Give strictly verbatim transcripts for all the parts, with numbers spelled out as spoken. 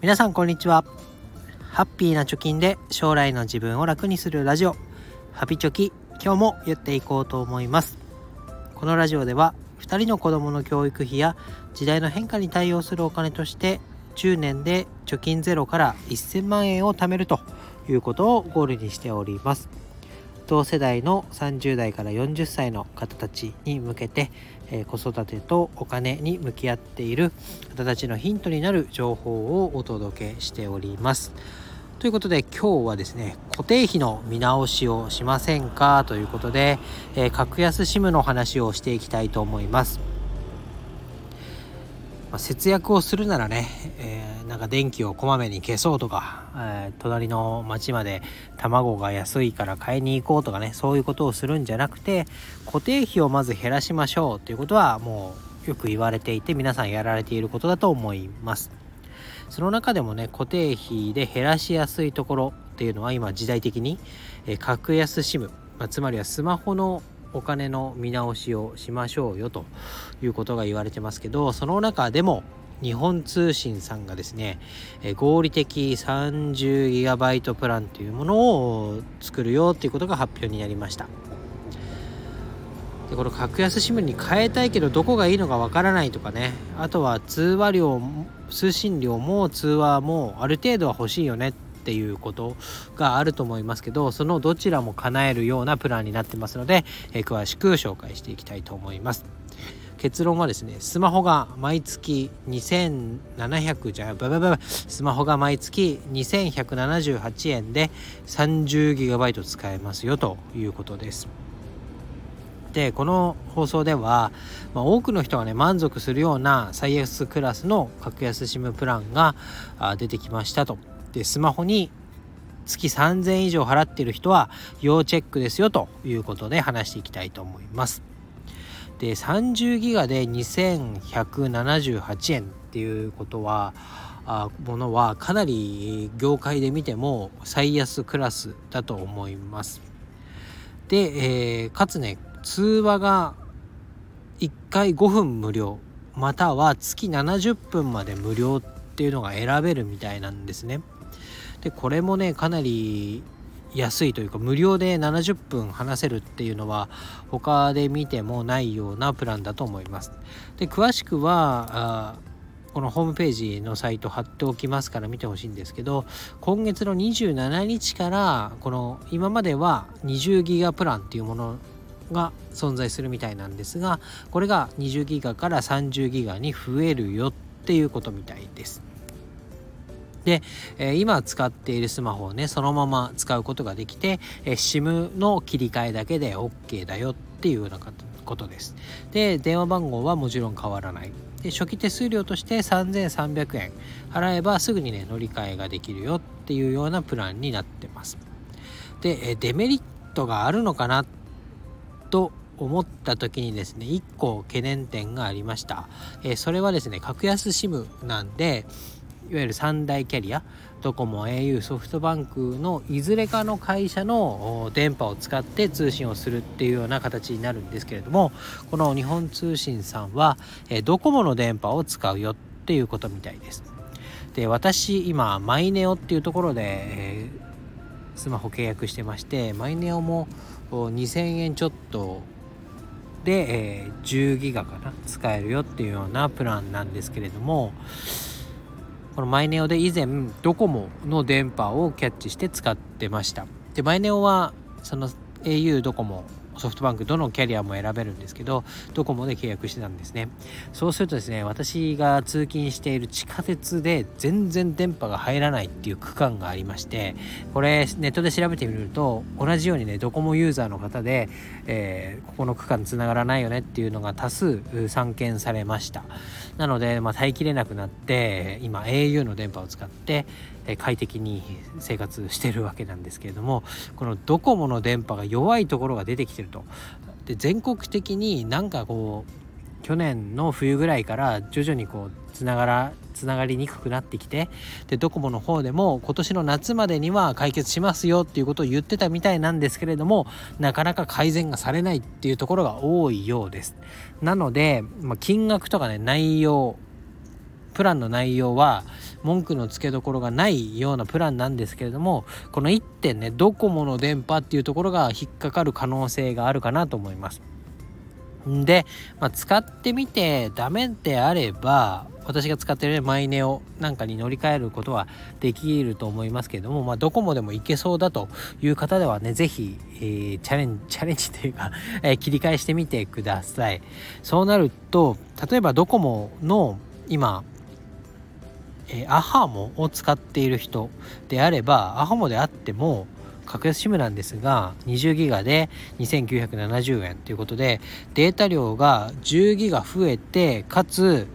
皆さんこんにちは。ハッピーな貯金で将来の自分を楽にするラジオ、ハピチョキ、今日もやっていこうと思います。このラジオではふたりの子供の教育費や時代の変化に対応するお金としてじゅうねんで貯金ゼロからせんまんえんを貯めるということをゴールにしております。同世代のさんじゅう代からよんじゅっさいの方たちに向けて、えー、子育てとお金に向き合っている方たちのヒントになる情報をお届けしております。ということで今日はですね、固定費の見直しをしませんかということで、えー、格安 シム の話をしていきたいと思います。まあ、節約をするならね、えー、なんか電気をこまめに消そうとか、えー、隣の町まで卵が安いから買いに行こうとかね、そういうことをするんじゃなくて、固定費をまず減らしましょうということはもうよく言われていて、皆さんやられていることだと思います。その中でもね、固定費で減らしやすいところっていうのは今時代的に、えー、格安 シム、まあ、つまりはスマホのお金の見直しをしましょうよということが言われてますけど、その中でも日本通信さんがですね、え合理的 さんじゅうギガバイト プランというものを作るよということが発表になりました。でこの格安 シム に変えたいけどどこがいいのかわからないとかね、あとは通話料、通信料も通話もある程度は欲しいよねっていうことがあると思いますけど、そのどちらも叶えるようなプランになってますので、えー、詳しく紹介していきたいと思います。結論はですね、スマホが毎月にせんななひゃくじゃババババスマホが毎月にせんひゃくななじゅうはちえんで さんじゅうギガバイト 使えますよということです。でこの放送では、まあ、多くの人がね満足するような最安クラスの格安 シム プランが出てきましたと。でスマホに月さんぜんえん以上払っている人は要チェックですよということで話していきたいと思います。でさんじゅうギガでにせんひゃくななじゅうはちえんっていうことはあものはかなり業界で見ても最安クラスだと思います。で、えー、かつね通話がいっかいごふん無料または月ななじゅっぷんまで無料っていうのが選べるみたいなんですね。でこれもねかなり安いというか、無料でななじゅっぷん話せるっていうのは他で見てもないようなプランだと思います。で詳しくはあこのホームページのサイト貼っておきますから見てほしいんですけど、今月のにじゅうしちにちからこの今まではにじゅうギガプランっていうものが存在するみたいなんですが、これがにじゅうギガからさんじゅうギガに増えるよっていうことみたいです。で、えー、今使っているスマホをねそのまま使うことができて、えー、SIM の切り替えだけで OK だよっていうようなことです。で電話番号はもちろん変わらない。で初期手数料としてさんぜんさんびゃくえん払えばすぐにね乗り換えができるよっていうようなプランになってます。で、えー、デメリットがあるのかなと思った時にですね、いっこ懸念点がありました。えー、それはですね、格安 シム なんで、いわゆる三大キャリア、ドコモ、au、ソフトバンクのいずれかの会社の電波を使って通信をするっていうような形になるんですけれども、この日本通信さんは、えー、ドコモの電波を使うよっていうことみたいです。で、私今マイネオっていうところで、えー、スマホ契約してまして、マイネオもにせんえんちょっとで、えー、じゅうギガかな使えるよっていうようなプランなんですけれども、このマイネオで以前ドコモの電波をキャッチして使ってました。でマイネオはその au、ドコモ、ソフトバンクどのキャリアも選べるんですけど、ドコモで契約してたんですね。そうするとですね、私が通勤している地下鉄で全然電波が入らないっていう区間がありまして、これネットで調べてみると同じようにねドコモユーザーの方で、えー、ここの区間つながらないよねっていうのが多数散見されました。なので、まあ、耐えきれなくなって今 au の電波を使って快適に生活してるわけなんですけれども、このドコモの電波が弱いところが出てきてると。で全国的になんかこう去年の冬ぐらいから徐々にこうつながらつながりにくくなってきて、でドコモの方でも今年の夏までには解決しますよっていうことを言ってたみたいなんですけれども、なかなか改善がされないっていうところが多いようです。なので、まあ、金額とかね内容プランの内容は文句のつけどころがないようなプランなんですけれども、このいってんね、ドコモの電波っていうところが引っかかる可能性があるかなと思います。で、まあ、使ってみてダメであれば、私が使っているマイネオなんかに乗り換えることはできると思いますけれども、まあ、ドコモでもいけそうだという方ではね、ぜひ、えー、チャレンジチャレンジというか、えー、切り替えしてみてください。そうなると、例えばドコモの今、えー、アハモを使っている人であれば、アハモであっても格安 SIM なんですが にじゅうギガ でにせんきゅうひゃくななじゅうえんということで、データ量がじゅうギガ増えて、かつ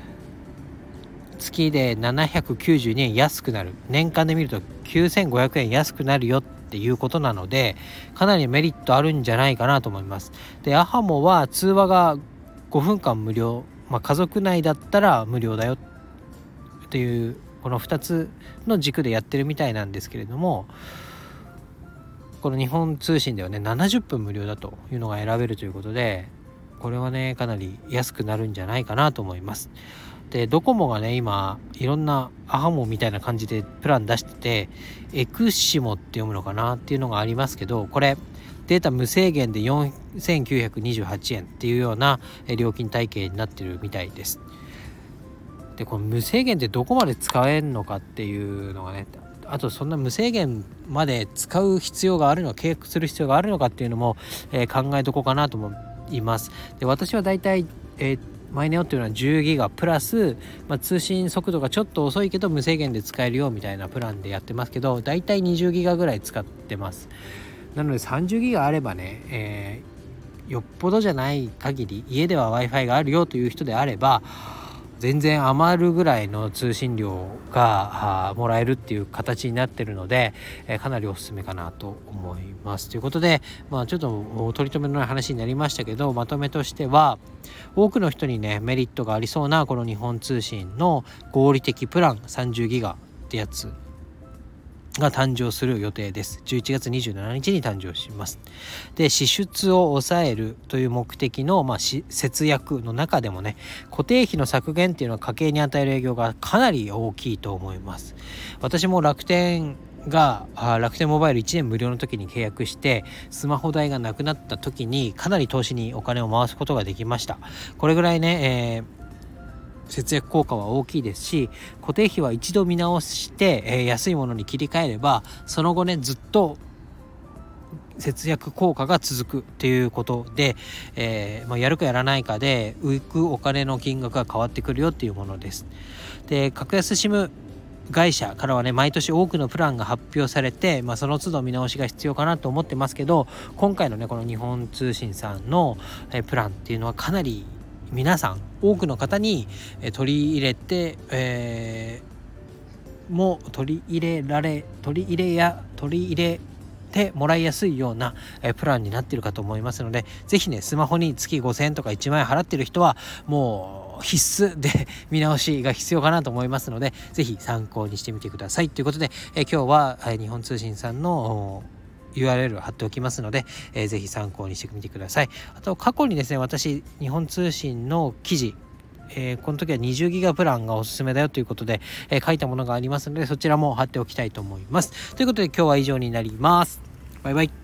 月でななひゃくきゅうじゅうにえん安くなる、年間で見るときゅうせんごひゃくえん安くなるよっていうことなので、かなりメリットあるんじゃないかなと思います。で、アハモは通話がごふんかん無料、まあ、家族内だったら無料だよっていう、このふたつの軸でやってるみたいなんですけれども、この日本通信ではねななじゅっぷん無料だというのが選べるということで、これはねかなり安くなるんじゃないかなと思います。で、ドコモがね今いろんなアハモみたいな感じでプラン出してて、エクシモって読むのかなっていうのがありますけど、これデータ無制限でよんせんきゅうひゃくにじゅうはちえんっていうような料金体系になってるみたいです。で、この無制限ってどこまで使えるのかっていうのがね、あとそんな無制限まで使う必要があるのか、契約する必要があるのかっていうのも、えー、考えとこうかなと思います。で、私はだいたい、えーマイネオっていうのはじゅうギガプラス、まあ、通信速度がちょっと遅いけど無制限で使えるよみたいなプランでやってますけど、だいたいにじゅうギガぐらい使ってます。なのでさんじゅうギガあればね、えー、よっぽどじゃない限り、家では Wi-Fi があるよという人であれば、全然余るぐらいの通信量がもらえるっていう形になってるので、えー、かなりおすすめかなと思いますということで、まあちょっと取り留めのない話になりましたけど、まとめとしては、多くの人にねメリットがありそうなこの日本通信の合理的プランさんじゅうギガってやつが誕生する予定です。じゅういちがつにじゅうしちにちに誕生します。で、支出を抑えるという目的の、まあ、節約の中でもね、固定費の削減っていうのは家計に与える影響がかなり大きいと思います。私も楽天が楽天モバイルいちねん無料の時に契約して、スマホ代がなくなった時にかなり投資にお金を回すことができました。これぐらいね、えー節約効果は大きいですし、固定費は一度見直して、えー、安いものに切り替えれば、その後ねずっと節約効果が続くっていうことで、えーまあ、やるかやらないかで浮くお金の金額が変わってくるよっていうものです。で、格安 SIM 会社からはね毎年多くのプランが発表されて、まあ、その都度見直しが必要かなと思ってますけど、今回のねこの日本通信さんのプランっていうのはかなり皆さん多くの方に取り入れて、えー、もう取り入れられ取り入れや取り入れてもらいやすいようなプランになっているかと思いますので、ぜひねスマホに月ごせんえんとかいちまんえん払ってる人はもう必須で見直しが必要かなと思いますので、ぜひ参考にしてみてくださいということで、え今日は日本通信さんのユーアールエル を貼っておきますので、えー、ぜひ参考にしてみてください。あと過去にですね、私日本通信の記事、えー、この時はにじゅうギガプランがおすすめだよということで、えー、書いたものがありますので、そちらも貼っておきたいと思います。ということで今日は以上になります。バイバイ。